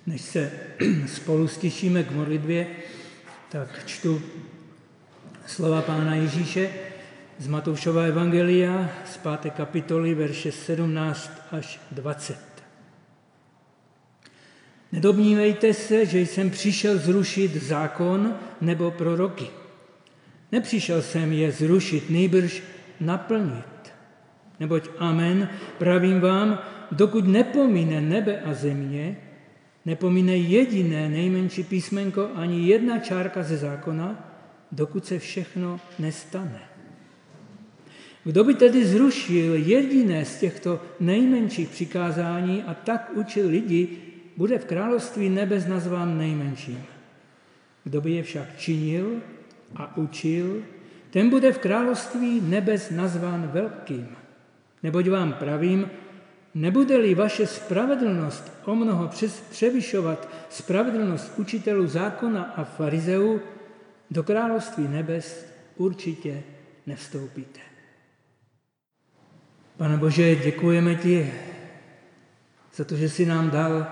Než se spolu stišíme k modlitbě, tak čtu slova Pána Ježíše z Matoušova evangelia z 5. kapitoly, verše 17 až 20. Nedomnívejte se, že jsem přišel zrušit zákon nebo proroky. Nepřišel jsem je zrušit, nýbrž naplnit. Neboť amen, pravím vám, dokud nepomine nebe a země, nepomine jediné nejmenší písmenko ani jedna čárka ze zákona, dokud se všechno nestane. Kdo by tedy zrušil jediné z těchto nejmenších přikázání a tak učil lidi, bude v království nebes nazván nejmenším. Kdo by je však činil a učil, ten bude v království nebes nazván velkým. Neboť vám pravím, nebude-li vaše spravedlnost o mnoho převyšovat spravedlnost učitelů zákona a farizeů, do království nebes určitě nevstoupíte. Pane Bože, děkujeme ti za to, že jsi nám dal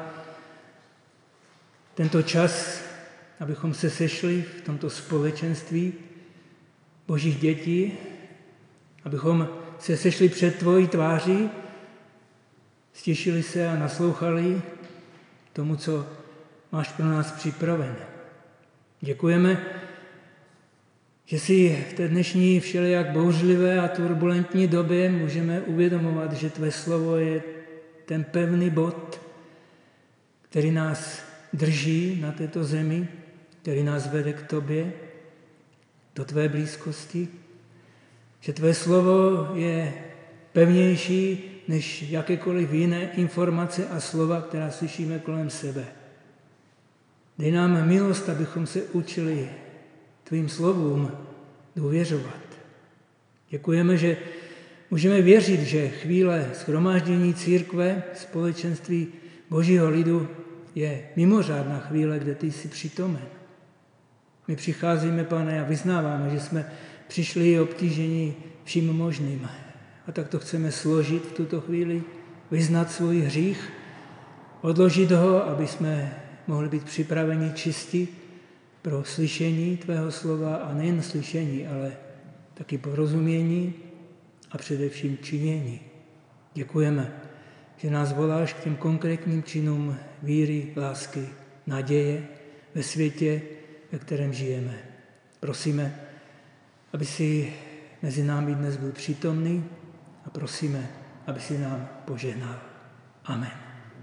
tento čas, abychom se sešli v tomto společenství Božích dětí, abychom se sešli před tvojí tváří, stišili se a naslouchali tomu, co máš pro nás připravené. Děkujeme, že si v té dnešní všelijak bouřlivé a turbulentní době můžeme uvědomovat, že tvé slovo je ten pevný bod, který nás drží na této zemi, který nás vede k tobě, do tvé blízkosti, že tvé slovo je pevnější než jakékoliv jiné informace a slova, která slyšíme kolem sebe. Dej nám milost, abychom se učili tvým slovům důvěřovat. Děkujeme, že můžeme věřit, že chvíle shromáždění církve, společenství Božího lidu je mimořádná chvíle, kde ty jsi přítomen. My přicházíme, Pane, a vyznáváme, že jsme přišli obtížení vším možným. A tak to chceme složit v tuto chvíli, vyznat svůj hřích, odložit ho, aby jsme mohli být připraveni čistí pro slyšení tvého slova a nejen slyšení, ale taky porozumění a především činění. Děkujeme, že nás voláš k těm konkrétním činům víry, lásky, naděje ve světě, ve kterém žijeme. Prosíme, aby si mezi námi dnes byl přítomný a prosíme, aby si nám požehnal. Amen.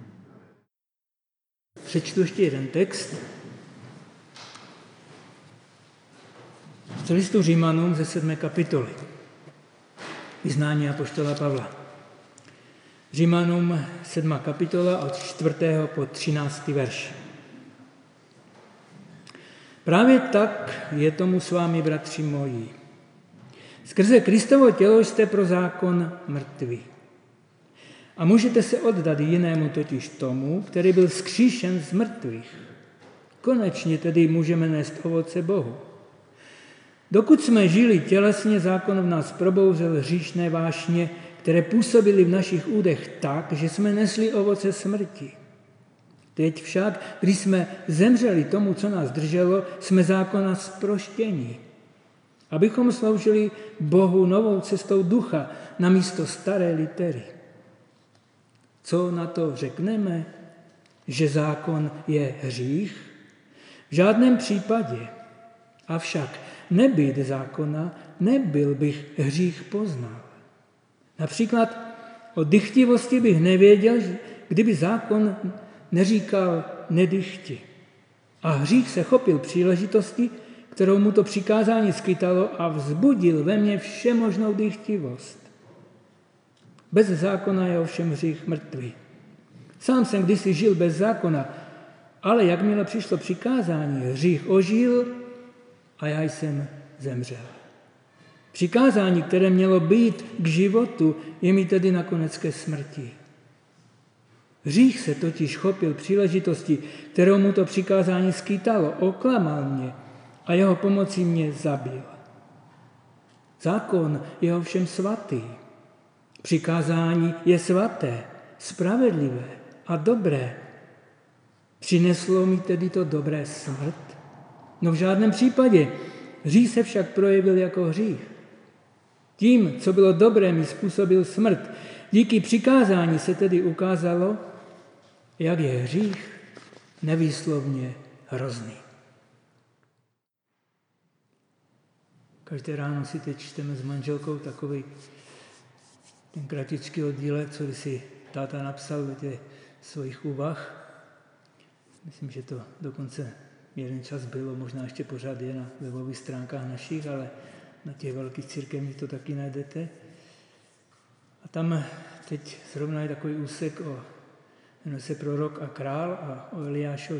Přečtu ještě jeden text. Z listu Římanům ze 7. kapitoly. Vyznání apoštola Pavla. Římanům 7. kapitola od 4. po 13. verš. Právě tak je tomu s vámi, bratři moji. Skrze Kristovo tělo jste pro zákon mrtví. A můžete se oddat jinému, totiž tomu, který byl vzkříšen z mrtvých. Konečně tedy můžeme nést ovoce Bohu. Dokud jsme žili tělesně, zákon v nás probouřil hříšné vášně, které působily v našich údech tak, že jsme nesli ovoce smrti. Teď však, když jsme zemřeli tomu, co nás drželo, jsme zákona zproštěni, abychom sloužili Bohu novou cestou ducha namísto staré litery. Co na to řekneme? Že zákon je hřích? V žádném případě. Avšak nebýt zákona, nebyl bych hřích poznal. Například o dychtivosti bych nevěděl, kdyby zákon neříkal nedychti. A hřích se chopil příležitosti, kterou mu to přikázání skytalo a vzbudil ve mně všemožnou dychtivost. Bez zákona je ovšem hřích mrtvý. Sám jsem kdysi žil bez zákona, ale jakmile přišlo přikázání, hřích ožil a já jsem zemřel. Přikázání, které mělo být k životu, je mi tedy nakonec ke smrti. Hřích se totiž chopil příležitosti, kterou mu to přikázání skýtalo, oklamal mě a jeho pomocí mě zabil. Zákon je ovšem svatý. Přikázání je svaté, spravedlivé a dobré. Přineslo mi tedy to dobré smrt? No v žádném případě. Hřích se však projevil jako hřích. Tím, co bylo dobré, mi způsobil smrt. Díky přikázání se tedy ukázalo, jak je hřích nevýslovně hrozný. Každé ráno si teď čteme s manželkou takový ten kratičký oddílek, co si táta napsal do těch svých úvah. Myslím, že to dokonce jeden čas bylo, možná ještě pořád je na webových stránkách našich, ale na těch velkých církevních to taky najdete. A tam teď zrovna je takový úsek jmenuje se Prorok a král a o Eliášovi.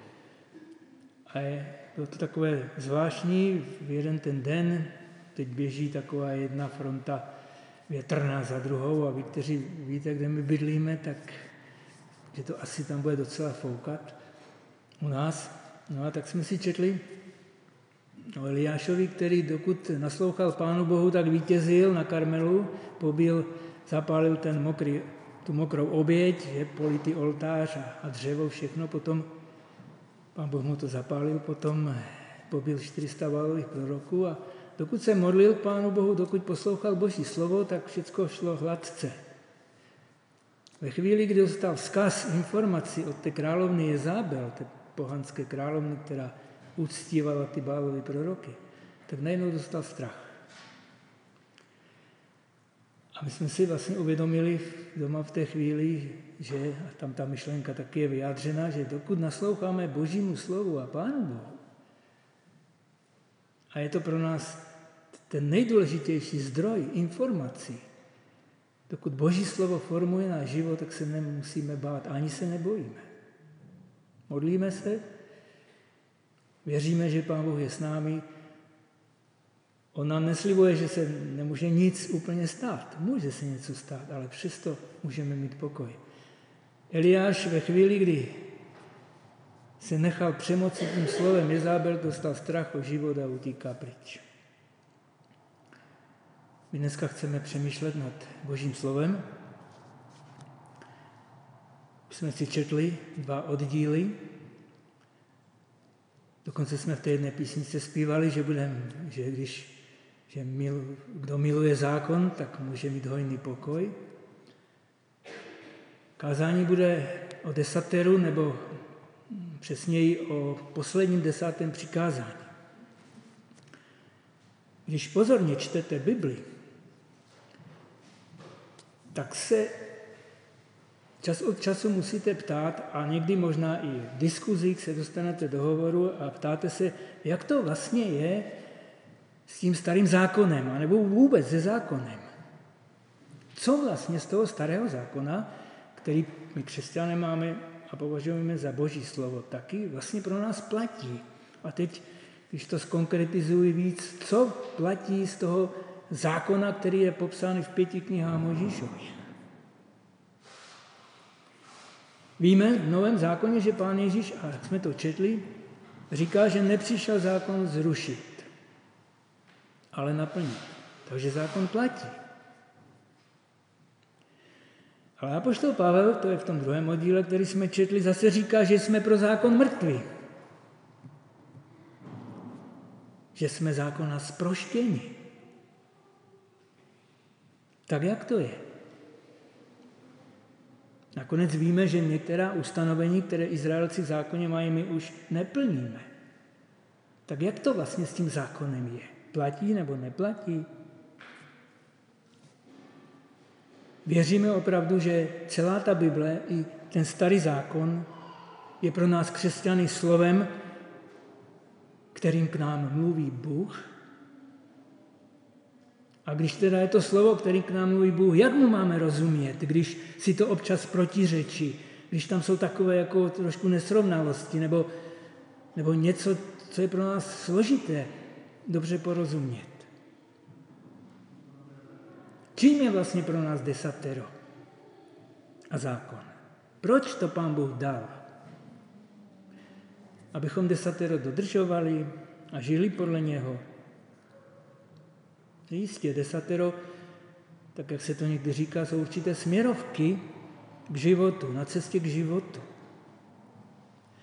A bylo to takové zvláštní, v jeden ten den, teď běží taková jedna fronta větrná za druhou a vy, kteří víte, kde my bydlíme, tak že to asi tam bude docela foukat u nás. No a tak jsme si četli o Eliášovi, který dokud naslouchal Pánu Bohu, tak vítězil na Karmelu, zapálil tu mokrou oběť, že politý oltář a dřevo, všechno. Potom Pán Boh mu to zapálil, potom pobil 400 Bálových proroků a dokud se modlil k Pánu Bohu, dokud poslouchal Boží slovo, tak všechno šlo hladce. Ve chvíli, kdy dostal vzkaz, informaci od té královny Jezábel, té pohanské královny, která uctívala ty Bálové proroky, tak najednou dostal strach. A my jsme si vlastně uvědomili doma v té chvíli, že a tam ta myšlenka taky je vyjádřena, že dokud nasloucháme Božímu slovu a Pánu Bohu, a je to pro nás ten nejdůležitější zdroj informací, dokud Boží slovo formuje náš život, tak se nemusíme bát, ani se nebojíme. Modlíme se, věříme, že Pán Bůh je s námi. On nám neslibuje, že se nemůže nic úplně stát. Může se něco stát, ale přesto můžeme mít pokoj. Eliáš ve chvíli, kdy se nechal přemoci tím slovem Jezábel, dostal strach o život a utíká pryč. My dneska chceme přemýšlet nad Božím slovem. Už jsme si četli 2 oddíly. Dokonce jsme v té jedné písničce zpívali, že kdo miluje zákon, tak může mít hojný pokoj. Kázání bude o desateru, nebo přesněji o posledním 10. přikázání. Když pozorně čtete Bibli, tak se čas od času musíte ptát a někdy možná i v diskuzích se dostanete do hovoru a ptáte se, jak to vlastně je s tím starým zákonem, anebo vůbec se zákonem. Co vlastně z toho starého zákona, který my křesťané máme a považujeme za Boží slovo, taky vlastně pro nás platí. A teď, když to zkonkretizuji víc, co platí z toho zákona, který je popsán v 5 knihách Mojžíšových. Víme v Novém zákoně, že Pán Ježíš, a jak jsme to četli, říká, že nepřišel zákon zrušit, ale naplnit. Takže zákon platí. Ale apoštol Pavel, to je v tom 2. oddíle, který jsme četli, zase říká, že jsme pro zákon mrtví. Že jsme zákona zproštěni. Tak jak to je? Nakonec víme, že některá ustanovení, které Izraelci v zákoně mají, my už neplníme. Tak jak to vlastně s tím zákonem je? Platí nebo neplatí? Věříme opravdu, že celá ta Bible i ten starý zákon je pro nás křesťany slovem, kterým k nám mluví Bůh. A když teda je to slovo, kterým k nám mluví Bůh, jak mu máme rozumět, když si to občas protiřečí, když tam jsou takové jako trošku nesrovnalosti nebo něco, co je pro nás složité dobře porozumět. Čím je vlastně pro nás desatero a zákon? Proč to Pán Bůh dal? Abychom desatero dodržovali a žili podle něho. Jistě, desatero, tak jak se to někdy říká, jsou určité směrovky k životu, na cestě k životu.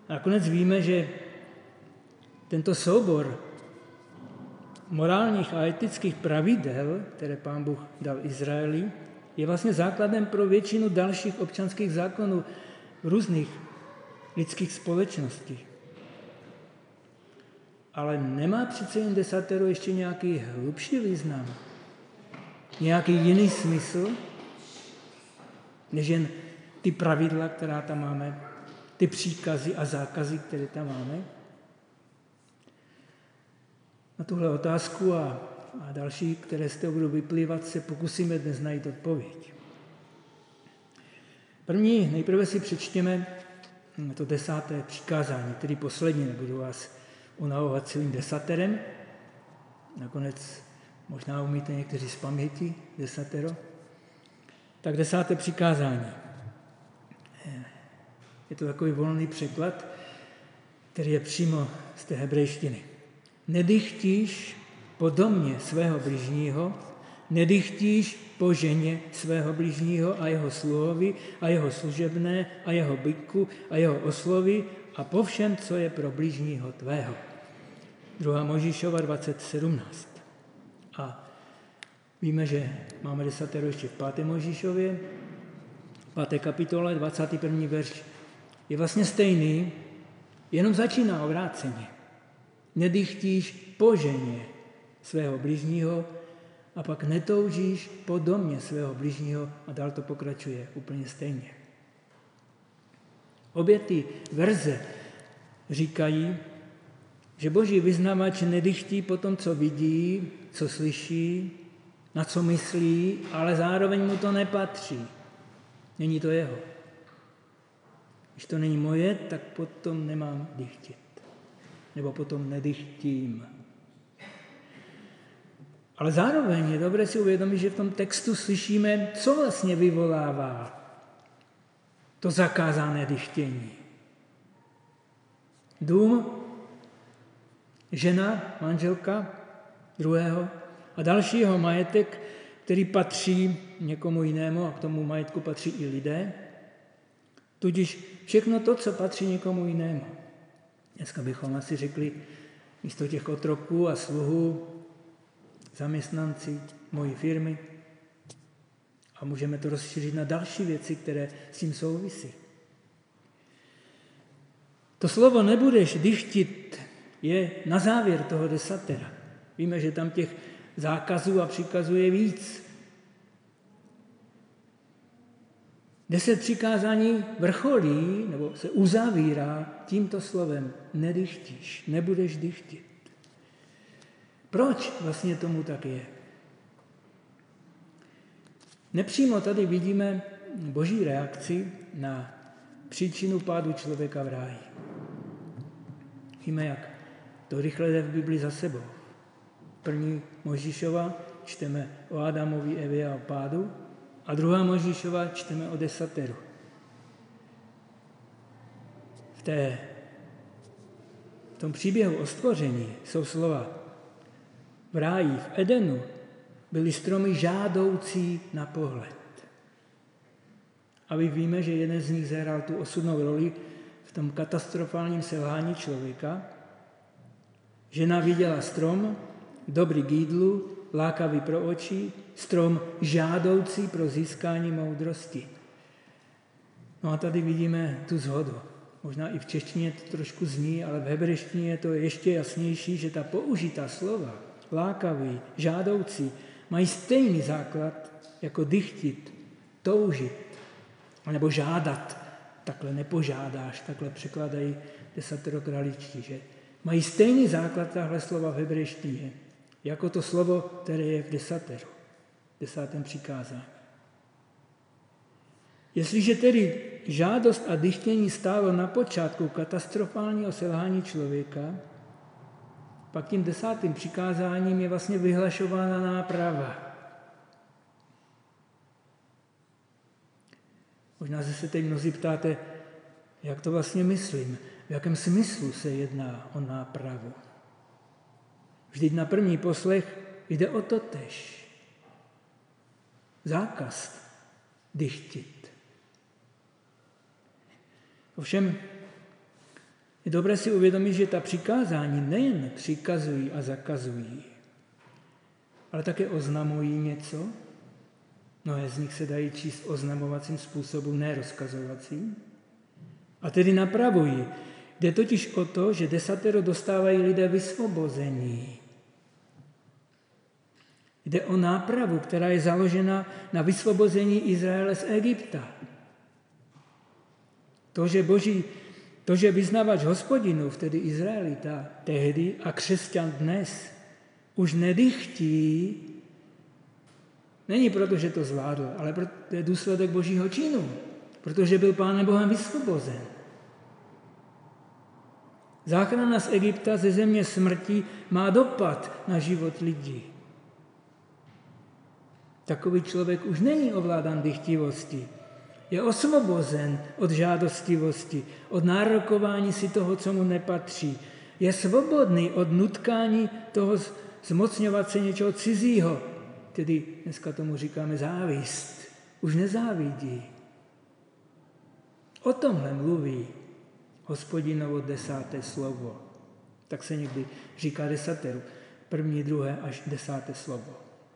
A nakonec víme, že tento soubor morálních a etických pravidel, které Pán Bůh dal Izraeli, je vlastně základem pro většinu dalších občanských zákonů v různých lidských společností. Ale nemá přece jen desatero ještě nějaký hlubší význam, nějaký jiný smysl, než jen ty pravidla, která tam máme, ty příkazy a zákazy, které tam máme? Na tuhle otázku a další, které z toho budou vyplývat, se pokusíme dnes najít odpověď. Nejprve si přečtěme to 10. přikázání, tedy poslední, nebudu vás unavovat celým desaterem. Nakonec možná umíte někteří z paměti desatero. Tak 10. přikázání. Je to takový volný překlad, který je přímo z té hebrejštiny. Nedychtíš po domě svého bližního, nedychtíš po ženě svého bližního a jeho sluhovi a jeho služebné a jeho byku a jeho oslovi a po všem, co je pro bližního tvého. 2. Mojžíšova 20:17. A víme, že máme desatero ještě v 5. Mojžíšově, 5. kapitole, 21. verš. Je vlastně stejný, jenom začíná obráceně. Nedychtíš po ženě svého bližního a pak netoužíš po domě svého bližního a dál to pokračuje úplně stejně. Obě ty verze říkají, že boží vyznavač nedychtí po tom, co vidí, co slyší, na co myslí, ale zároveň mu to nepatří. Není to jeho. Když to není moje, tak potom nemám dychtit. Nebo potom nedychtím. Ale zároveň je dobré si uvědomit, že v tom textu slyšíme, co vlastně vyvolává to zakázané dychtění. Dům, žena, manželka druhého a dalšího majetek, který patří někomu jinému a k tomu majetku patří i lidé. Tudíž všechno to, co patří někomu jinému. Dneska bychom asi řekli, místo těch otroků a sluhů, zaměstnanci mojí firmy. A můžeme to rozšířit na další věci, které s tím souvisí. To slovo nebudeš dychtit je na závěr toho desatera. Víme, že tam těch zákazů a příkazů je víc. 10 přikázání vrcholí, nebo se uzavírá tímto slovem nedychtíš, nebudeš dychtit. Proč vlastně tomu tak je? Nepřímo tady vidíme boží reakci na příčinu pádu člověka v ráji. Víme, jak to rychle jde v Bibli za sebou. 1. Mojžíšova čteme o Adamovi, Evě a o pádu a 2. Mojžíšova čteme o desateru. V tom příběhu o stvoření jsou slova v ráji, v Edenu byly stromy žádoucí na pohled. A my víme, že jeden z nich zahrál tu osudnou roli v tom katastrofálním selhání člověka. Žena viděla strom, dobrý k jídlu, lákavý pro oči, strom žádoucí pro získání moudrosti. No a tady vidíme tu shodu. Možná i v češtině to trošku zní, ale v hebrejštině je to ještě jasnější, že ta použitá slova, lákavý, žádoucí, mají stejný základ jako dychtit, toužit, nebo žádat. Takhle nepožádáš, takhle překladají desaterokraličtí, že? Mají stejný základ tahle slova v hebrejštině, jako to slovo, které je v desateru, 10. přikázání. Jestliže tedy žádost a dychtění stálo na počátku katastrofálního selhání člověka, pak tím 10. přikázáním je vlastně vyhlašována náprava. Možná se teď mnozí ptáte, jak to vlastně myslím, v jakém smyslu se jedná o nápravu. Vždyť na první poslech jde o totéž. Zákaz dychtit. Ovšem, Je dobré si uvědomit, že ta přikázání nejen přikazují a zakazují, ale také oznamují něco. Mnohé z nich se dají číst oznamovacím způsobem, ne rozkazovacím. A tedy napravují. Jde totiž o to, že desatero dostávají lidé vysvobození. Jde o nápravu, která je založena na vysvobození Izraele z Egypta. To, že vyznavač Hospodinův, tedy Izraelita tehdy a křesťan dnes, už nedychtí, není proto, že to zvládl, ale to je důsledek Božího činu, protože byl Pánem Bohem vysvobozen. Záchrana z Egypta, ze země smrti, má dopad na život lidí. Takový člověk už není ovládán dychtivostí. Je osvobozen od žádostivosti, od nárokování si toho, co mu nepatří. Je svobodný od nutkání toho zmocňovat se něčeho cizího. Tedy dneska tomu říkáme závist. Už nezávidí. O tomhle mluví Hospodinovo 10. slovo. Tak se někdy říká desateru. 1., 2. až 10. slovo.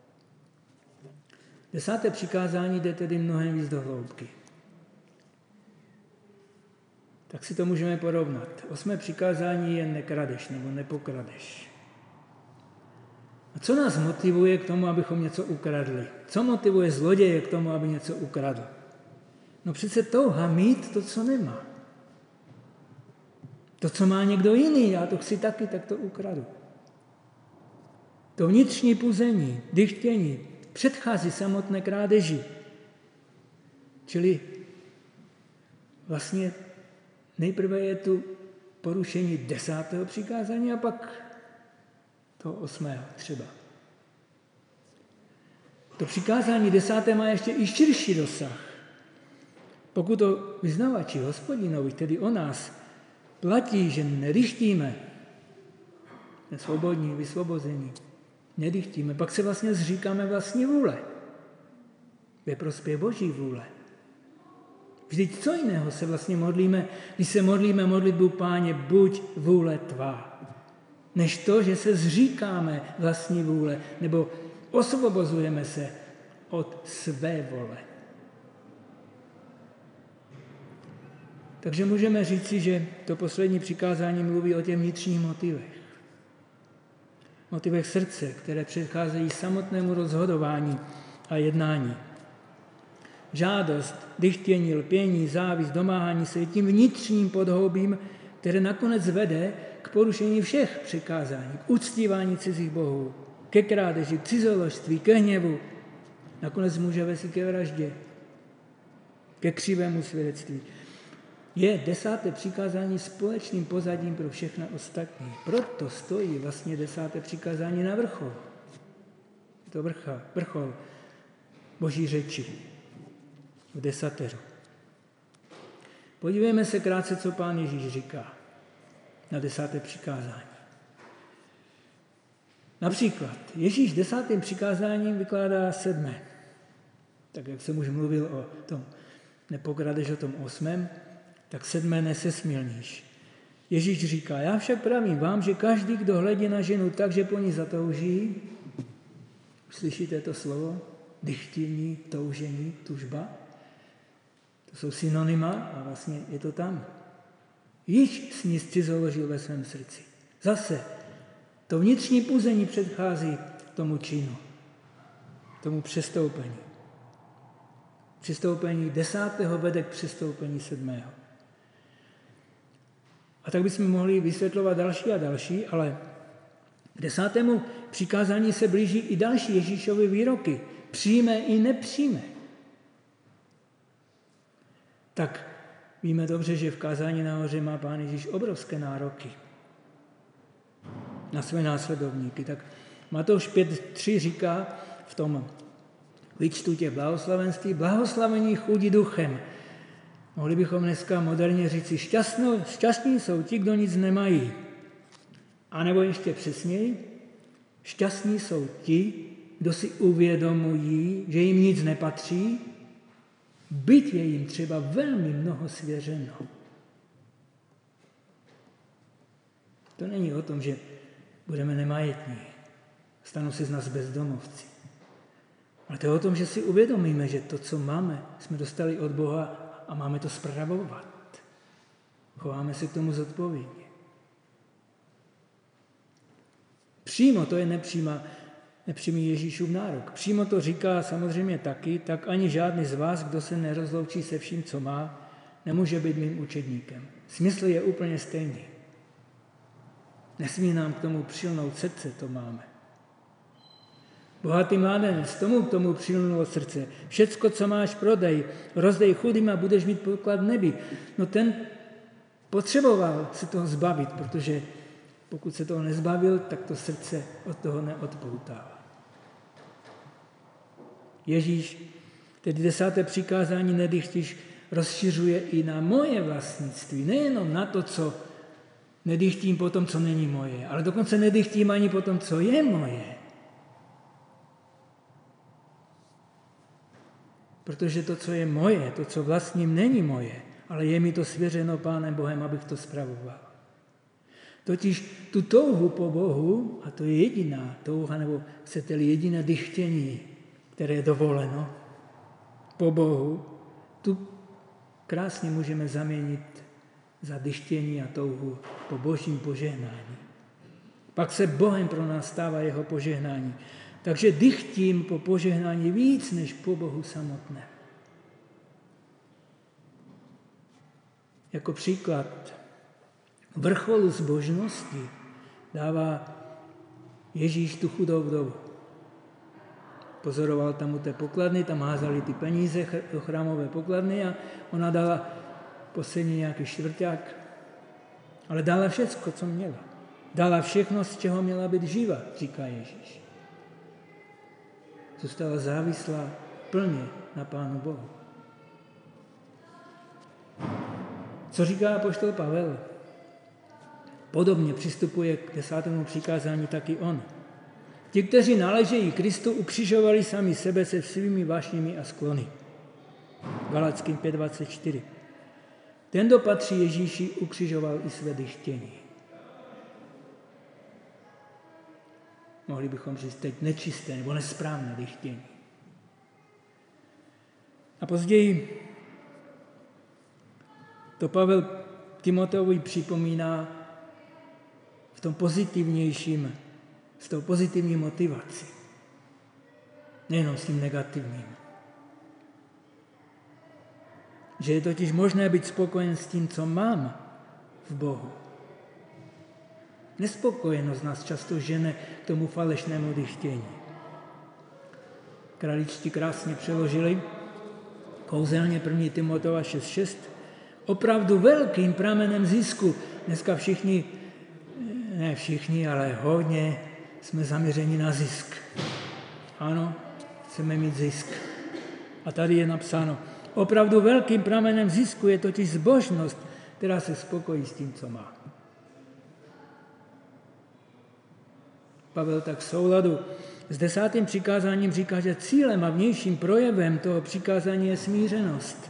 10. přikázání jde tedy mnohem víc do hloubky. Tak si to můžeme porovnat. 8. přikázání je nekradeš nebo nepokradeš. A co nás motivuje k tomu, abychom něco ukradli? Co motivuje zloděje k tomu, aby něco ukradl? No přece touha mít to, co nemá. To, co má někdo jiný, já to chci taky, tak to ukradu. To vnitřní puzení, dychtění předchází samotné krádeži. Čili vlastně nejprve je tu porušení 10. přikázání a pak toho 8. třeba. To přikázání 10. má ještě i širší dosah. Pokud to vyznavači Hospodinovi, tedy o nás, platí, že nedychtíme, jsme svobodní, vysvobození, nedychtíme, pak se vlastně zříkáme vlastní vůle. Ve prospěch Boží vůle. Vždyť co jiného se vlastně modlíme, když se modlíme modlitbu Páně, buď vůle tvá, než to, že se zříkáme vlastní vůle, nebo osvobozujeme se od své vole. Takže můžeme říci, že to poslední přikázání mluví o těch vnitřních motivech. Motivech srdce, které předcházejí samotnému rozhodování a jednání. Žádost, dychtění, lpění, závist, domáhání se tím vnitřním podhoubím, které nakonec vede k porušení všech přikázání, k uctívání cizích bohů, ke krádeži, k cizoložství, ke hněvu. Nakonec může vést i ke vraždě, ke křivému svědectví. Je 10. přikázání společným pozadím pro všechny ostatní. Proto stojí vlastně 10. přikázání na vrchol. Je to vrchol Boží řeči v 10. Podívejme se krátce, co Pán Ježíš říká na 10. přikázání. Například Ježíš 10. přikázáním vykládá 7. Tak jak jsem už mluvil o tom nepokradeš, o tom 8., tak 7. nesesmilníš. Ježíš říká, já však pravím vám, že každý, kdo hledí na ženu tak, že po ní zatouží, slyšíte to slovo? Dychtění, toužení, tužba. To jsou synonyma a vlastně je to tam. Již s ní zcizoložil ve svém srdci. Zase, to vnitřní puzení předchází tomu činu, tomu přestoupení. Přistoupení 10. vede k přistoupení 7. A tak bychom mohli vysvětlovat další a další, ale k 10. přikázání se blíží i další Ježíšovy výroky. Přijme i nepřijme. Tak víme dobře, že v kázání nahoře má Pán Ježíš obrovské nároky na své následovníky. Tak Matouš 5.3 říká v tom výčtu těch blahoslavenství, blahoslavení chudí duchem. Mohli bychom dneska moderně říci, šťastní jsou ti, kdo nic nemají. A nebo ještě přesněji, šťastní jsou ti, kdo si uvědomují, že jim nic nepatří, byť je jim třeba velmi mnoho svěřeno. To není o tom, že budeme nemajetní, stanou se z nás bezdomovci. Ale to je o tom, že si uvědomíme, že to, co máme, jsme dostali od Boha a máme to spravovat. Chováme se k tomu zodpovědně. Přímo to je nepřímý Ježíšův nárok. Přímo to říká samozřejmě taky, tak ani žádný z vás, kdo se nerozloučí se vším, co má, nemůže být mým učedníkem. Smysl je úplně stejný. Nesmí nám k tomu přilnout srdce, to máme. Bohatý mládenec, k tomu přilnulo srdce. Všecko, co máš, prodej, rozdej chudým a budeš mít poklad v nebi. No ten potřeboval se toho zbavit, protože pokud se toho nezbavil, tak to srdce od toho neodpoutává. Ježíš, tedy 10. přikázání nedychtíš, rozšiřuje i na moje vlastnictví. Nejenom na to, co nedychtím po tom, co není moje, ale dokonce nedychtím ani po tom, co je moje. Protože to, co je moje, to, co vlastním, není moje, ale je mi to svěřeno Pánem Bohem, abych to spravoval. Totiž tu touhu po Bohu, a to je jediná touha, nebo chcete-li jediné dychtění, které je dovoleno po Bohu, tu krásně můžeme zaměnit za dychtění a touhu po Božím požehnání. Pak se Bohem pro nás stává jeho požehnání. Takže dychtím po požehnání víc než po Bohu samotném. Jako příklad vrcholu zbožnosti dává Ježíš tu chudou vdovu. Pozoroval tam u té pokladny, tam házali ty peníze do chrámové pokladny a ona dala poslední nějaký čtvrťák, ale dala všecko, co měla. Dala všechno, z čeho měla být živa, říká Ježíš. Zůstala závislá plně na Pánu Bohu. Co říká apoštol Pavel? Podobně přistupuje k 10. přikázání taky on. Ti, kteří náležejí Kristu, ukřižovali sami sebe se svými vášněmi a sklony. Galackým 5:24. Ten, kdo patří Ježíši, ukřižoval i své dychtění. Mohli bychom říct teď nečisté nebo nesprávné dychtění. A později to Pavel Timoteovi připomíná v tom pozitivnějším, s tou pozitivní motivací. Nejenom s tím negativním. Že je totiž možné být spokojen s tím, co mám v Bohu. Nespokojenost nás často žene k tomu falešnému dychtění. Kraličtí krásně přeložili kouzelně 1. Timotova 6:6. Opravdu velkým pramenem zisku. Dneska všichni, ne všichni, ale hodně jsme zaměřeni na zisk. Ano, chceme mít zisk. A tady je napsáno, opravdu velkým pramenem zisku je totiž zbožnost, která se spokojí s tím, co má. Pavel tak v souladu s 10. přikázáním říká, že cílem a vnějším projevem toho přikázání je smířenost.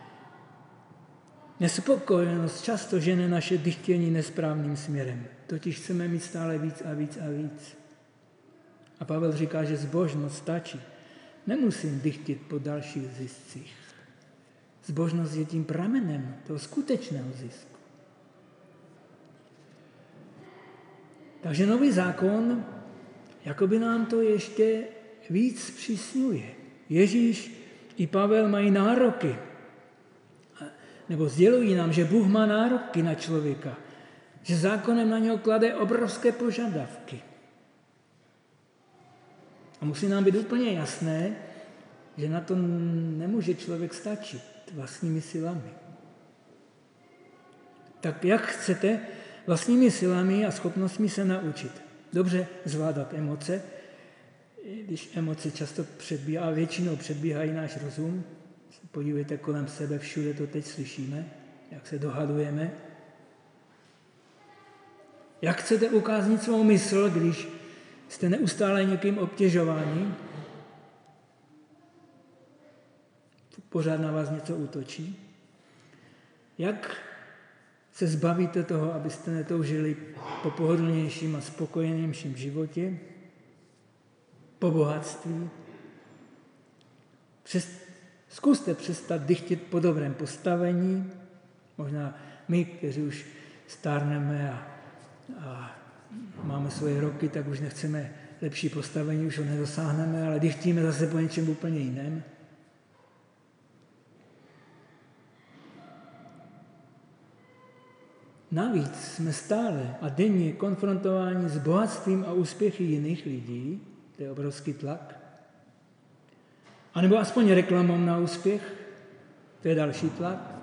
Nespokojenost často žene naše dychtění nesprávným směrem. Totiž chceme mít stále víc a víc a víc. A Pavel říká, že zbožnost stačí. Nemusím dychtit po dalších ziscích. Zbožnost je tím pramenem toho skutečného zisku. Takže nový zákon jakoby nám to ještě víc zpřísňuje. Ježíš i Pavel mají nároky. Nebo sdělují nám, že Bůh má nároky na člověka. Že zákonem na něho klade obrovské požadavky. A musí nám být úplně jasné, že na to nemůže člověk stačit vlastními silami. Tak jak chcete vlastními silami a schopnostmi se naučit dobře zvládat emoce, když emoce často předbíhají, a většinou předbíhají náš rozum. Podívejte kolem sebe, všude to teď slyšíme, jak se dohadujeme. Jak chcete ukázat svou mysl, když jste neustále někým obtěžováni? Pořád na vás něco útočí. Jak se zbavíte toho, abyste netoužili po pohodlnějším a spokojenějším životě, po bohatství. Zkuste přestat dychtit po dobrém postavení. Možná my, kteří už stárneme a máme svoje roky, tak už nechceme lepší postavení, už ho nedosáhneme, ale dychtíme zase po něčem úplně jiném. Navíc jsme stále a denně konfrontováni s bohatstvím a úspěchy jiných lidí, to je obrovský tlak. A nebo aspoň reklamou na úspěch, to je další tlak.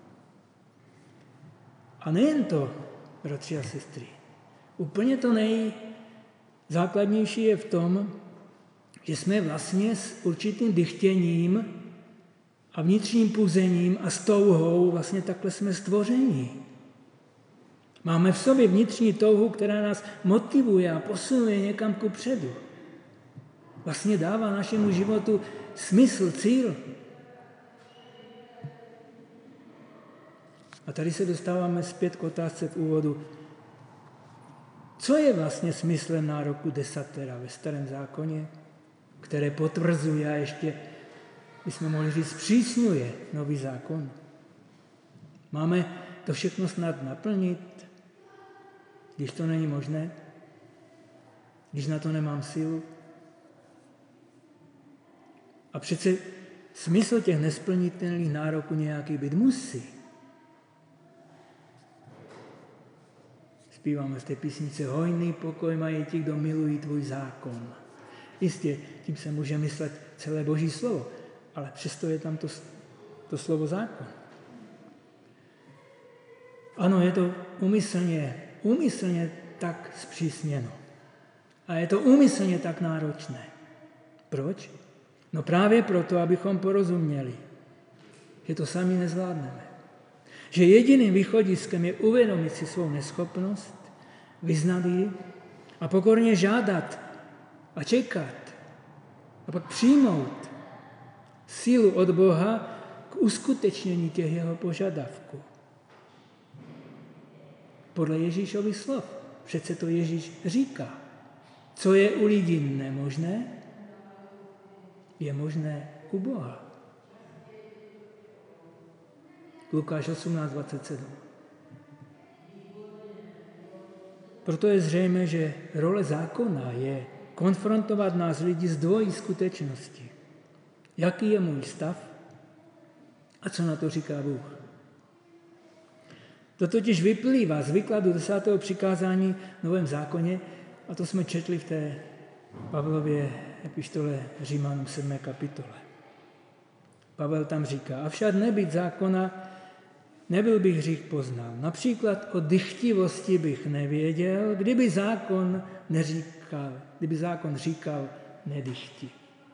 A nejen to, bratři a sestry, úplně to nejzákladnější je v tom, že jsme vlastně s určitým dychtěním a vnitřním puzením a s touhou vlastně takhle jsme stvořeni. Máme v sobě vnitřní touhu, která nás motivuje a posunuje někam kupředu. Vlastně dává našemu životu smysl, cíl. A tady se dostáváme zpět k otázce v úvodu. Co je vlastně smyslem nároku desatera ve Starém zákoně, které potvrzuje a ještě, bychom mohli říct, zpřísňuje nový zákon? Máme to všechno snad naplnit, když to není možné, když na to nemám sílu? A přece smysl těch nesplnitelných nároků nějaký být musí. Zpíváme v té písnice hojný pokoj mají ti, kdo milují tvůj zákon. Jistě, tím se může myslet celé Boží slovo, ale přesto je tam to slovo zákon. Ano, je to úmyslně tak zpřísněno. A je to úmyslně tak náročné. Proč? No právě proto, abychom porozuměli, že to sami nezvládneme. Že jediným východiskem je uvědomit si svou neschopnost, vyznat ji a pokorně žádat a čekat a pak přijmout sílu od Boha k uskutečnění těch jeho požadavků. Podle Ježíšových slov. Přece to Ježíš říká. Co je u lidí nemožné, je možné u Boha. Lukáš 18:27. Proto je zřejmé, že role zákona je konfrontovat nás lidi s dvojí skutečností. Jaký je můj stav a co na to říká Bůh. To totiž vyplývá z výkladu 10. přikázání v Novém zákoně, a to jsme četli v té Pavlově epištole Římanům 7. kapitole. Pavel tam říká, avšak nebýt zákona, nebyl bych hřích poznal. Například o dychtivosti bych nevěděl, kdyby zákon říkal nedychti.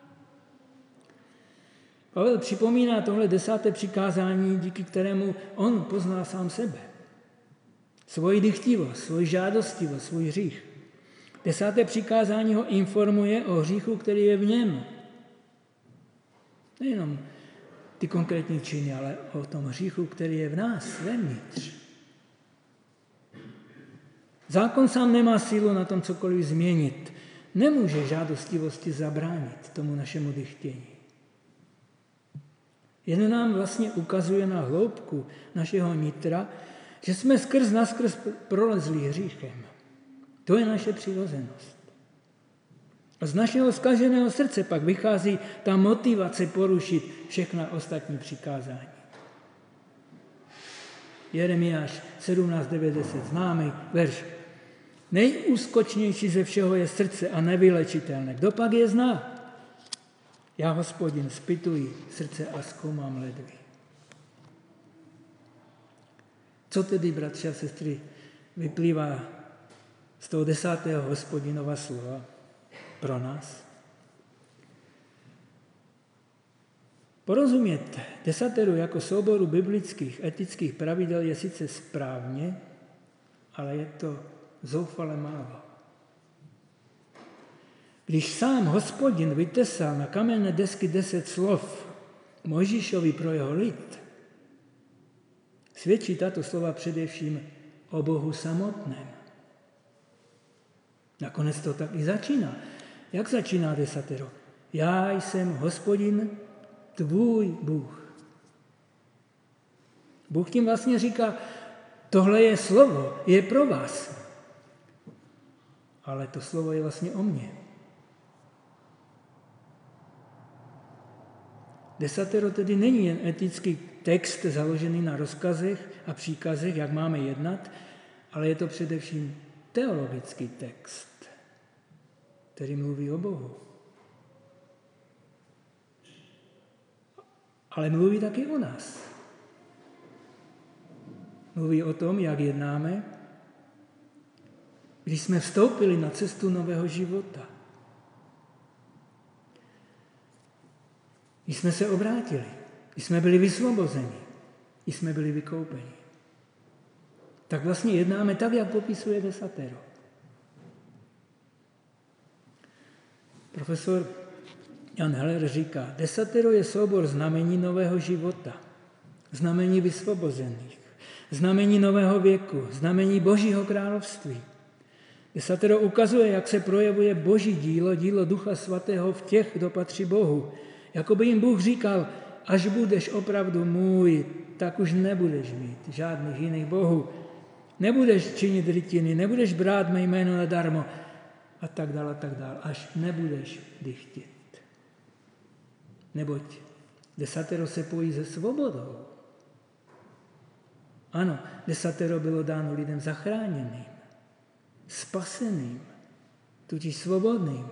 Pavel připomíná tohle 10. přikázání, díky kterému on pozná sám sebe. Svoji dychtivost, svoji žádostivost, svůj hřích. 10. přikázání ho informuje o hříchu, který je v něm. Nejenom ty konkrétní činy, ale o tom hříchu, který je v nás, vevnitř. Zákon sám nemá sílu na tom cokoliv změnit. Nemůže žádostivosti zabránit tomu našemu dychtění. Jen nám vlastně ukazuje na hloubku našeho nitra, že jsme skrz naskrz prolezli hříchem. To je naše přirozenost. A z našeho zkaženého srdce pak vychází ta motivace porušit všechna ostatní přikázání. Jeremiáš 17:9, známý verš. Nejúskočnější ze všeho je srdce a nevylečitelné. Kdo pak je zná? Já, Hospodin, zpytuji srdce a zkoumám ledvy. Co tedy, bratři a sestry, vyplývá z toho 10. Hospodinova slova pro nás? Porozumět desateru jako souboru biblických etických pravidel je sice správně, ale je to zoufale málo. Když sám Hospodin vytesal na kamenné desky 10 slov Mojžíšovi pro jeho lid, svědčí tato slova především o Bohu samotném. Nakonec to tak i začíná. Jak začíná desatero? Já jsem Hospodin, tvůj Bůh. Bůh tím vlastně říká, tohle je slovo, je pro vás. Ale to slovo je vlastně o mně. Desatero tedy není jen etický text založený na rozkazech a příkazech, jak máme jednat, ale je to především teologický text, který mluví o Bohu. Ale mluví taky o nás. Mluví o tom, jak jednáme, když jsme vstoupili na cestu nového života. Když jsme se obrátili, když jsme byli vysvobozeni, když jsme byli vykoupeni. Tak vlastně jednáme tak, jak popisuje desatero. Profesor Jan Heller říká, desatero je soubor znamení nového života, znamení vysvobozených, znamení nového věku, znamení Božího království. Desatero ukazuje, jak se projevuje Boží dílo, dílo Ducha Svatého v těch, kdo patří Bohu. Jakoby jim Bůh říkal, až budeš opravdu můj, tak už nebudeš mít žádných jiných bohů. Nebudeš činit rytiny, nebudeš brát mé jméno nadarmo a tak dále, až nebudeš dychtit. Neboť desatero se pojí se svobodou. Ano, desatero bylo dáno lidem zachráněným, spaseným, tudíž svobodným.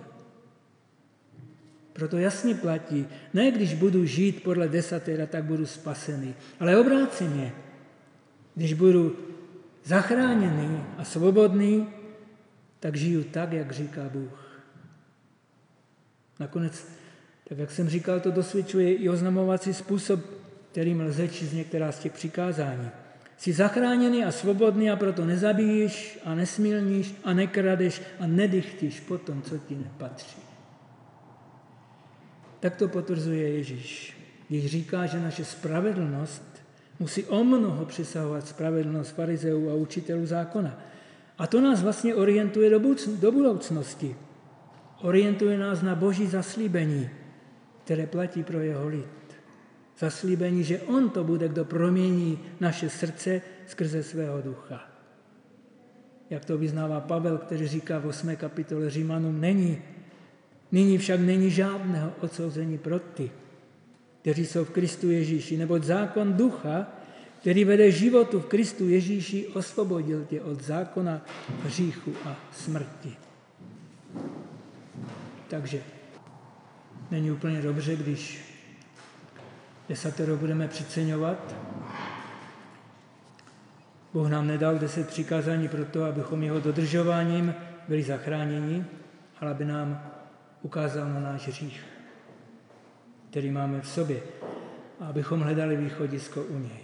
Proto jasně platí, ne když budu žít podle desatera, tak budu spasený, ale obráceně. Když budu zachráněný a svobodný, tak žiju tak, jak říká Bůh. Nakonec, tak jak jsem říkal, to dosvědčuje i oznamovací způsob, kterým lze číst některá z těch přikázání. Jsi zachráněný a svobodný a proto nezabíjíš a nesmilníš a nekradeš a nedychtíš po tom, co ti nepatří. Tak to potvrzuje Ježíš, když říká, že naše spravedlnost musí o mnoho přesahovat spravedlnost farizeů a učitelů zákona. A to nás vlastně orientuje do budoucnosti. Orientuje nás na Boží zaslíbení, které platí pro jeho lid. Zaslíbení, že on to bude, kdo promění naše srdce skrze svého ducha. Jak to vyznává Pavel, který říká v 8. kapitole Římanům, nyní však není žádného odsouzení pro ty, kteří jsou v Kristu Ježíši, neboť zákon ducha, který vede životu v Kristu Ježíši, osvobodil tě od zákona hříchu a smrti. Takže není úplně dobře, když desatero budeme přeceňovat. Bůh nám nedal 10 přikázání proto, abychom jeho dodržováním byli zachráněni, ale aby nám ukázal na náš hřích, který máme v sobě, a abychom hledali východisko u něj.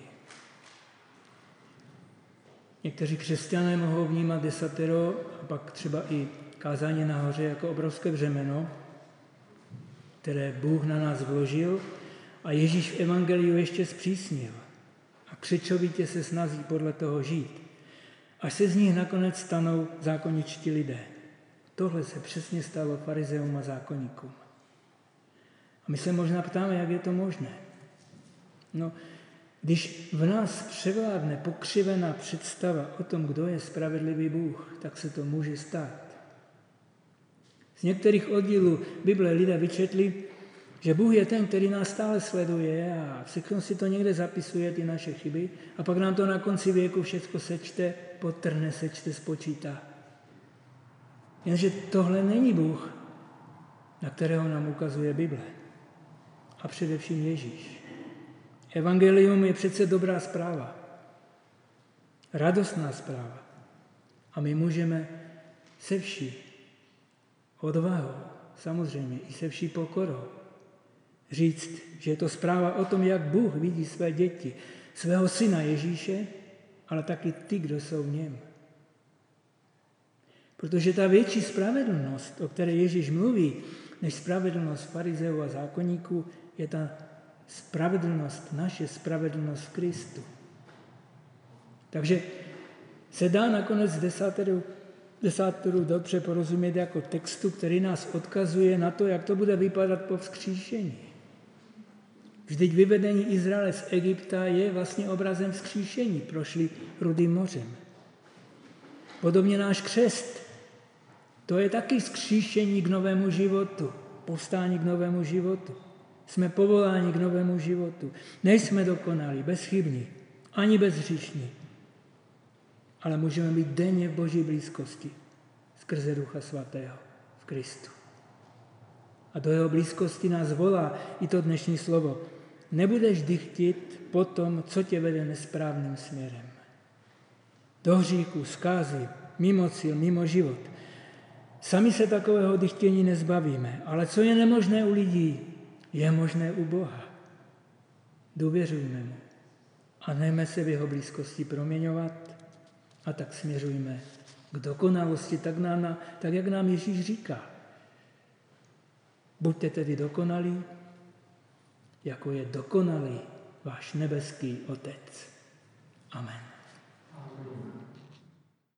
Někteří křesťané mohou vnímat desatero a pak třeba i kázání nahoře jako obrovské břemeno, které Bůh na nás vložil a Ježíš v evangeliu ještě zpřísnil a křečovitě se snaží podle toho žít, až se z nich nakonec stanou zákonničtí lidé. Tohle se přesně stalo farizeům a zákonníkům. A my se možná ptáme, jak je to možné. No, když v nás převládne pokřivená představa o tom, kdo je spravedlivý Bůh, tak se to může stát. Z některých oddílů Bible lidé vyčetli, že Bůh je ten, který nás stále sleduje a všechno si to někde zapisuje, ty naše chyby, a pak nám to na konci věku všechno sečte, podtrhne, sečte, spočítá. Jenže tohle není Bůh, na kterého nám ukazuje Bible. A především Ježíš. Evangelium je přece dobrá zpráva. Radostná zpráva. A my můžeme se vší odvahou, samozřejmě i se vší pokorou, říct, že je to zpráva o tom, jak Bůh vidí své děti, svého syna Ježíše, ale taky ty, kdo jsou v něm. Protože ta větší spravedlnost, o které Ježíš mluví, než spravedlnost farizeů a zákonníků, je ta spravedlnost, naše spravedlnost v Kristu. Takže se dá nakonec desátoru dobře porozumět jako textu, který nás odkazuje na to, jak to bude vypadat po vzkříšení. Vždyť vyvedení Izraele z Egypta je vlastně obrazem vzkříšení. Prošli Rudým mořem. Podobně náš křest. To je taky vzkříšení k novému životu. Povstání k novému životu. Jsme povoláni k novému životu. Nejsme dokonalí, bezchybní, ani bezhříšní. Ale můžeme být denně v Boží blízkosti skrze Ducha Svatého v Kristu. A do jeho blízkosti nás volá i to dnešní slovo. Nebudeš dychtit po tom, co tě vede nesprávným směrem. Do hříchu, zkázy, mimo cíl, mimo život. Sami se takového dychtění nezbavíme, ale co je nemožné u lidí, je možné u Boha. Důvěřujme mu a nejme se v jeho blízkosti proměňovat a tak směřujme k dokonalosti, tak jak nám Ježíš říká. Buďte tedy dokonalí, jako je dokonalý váš nebeský Otec. Amen.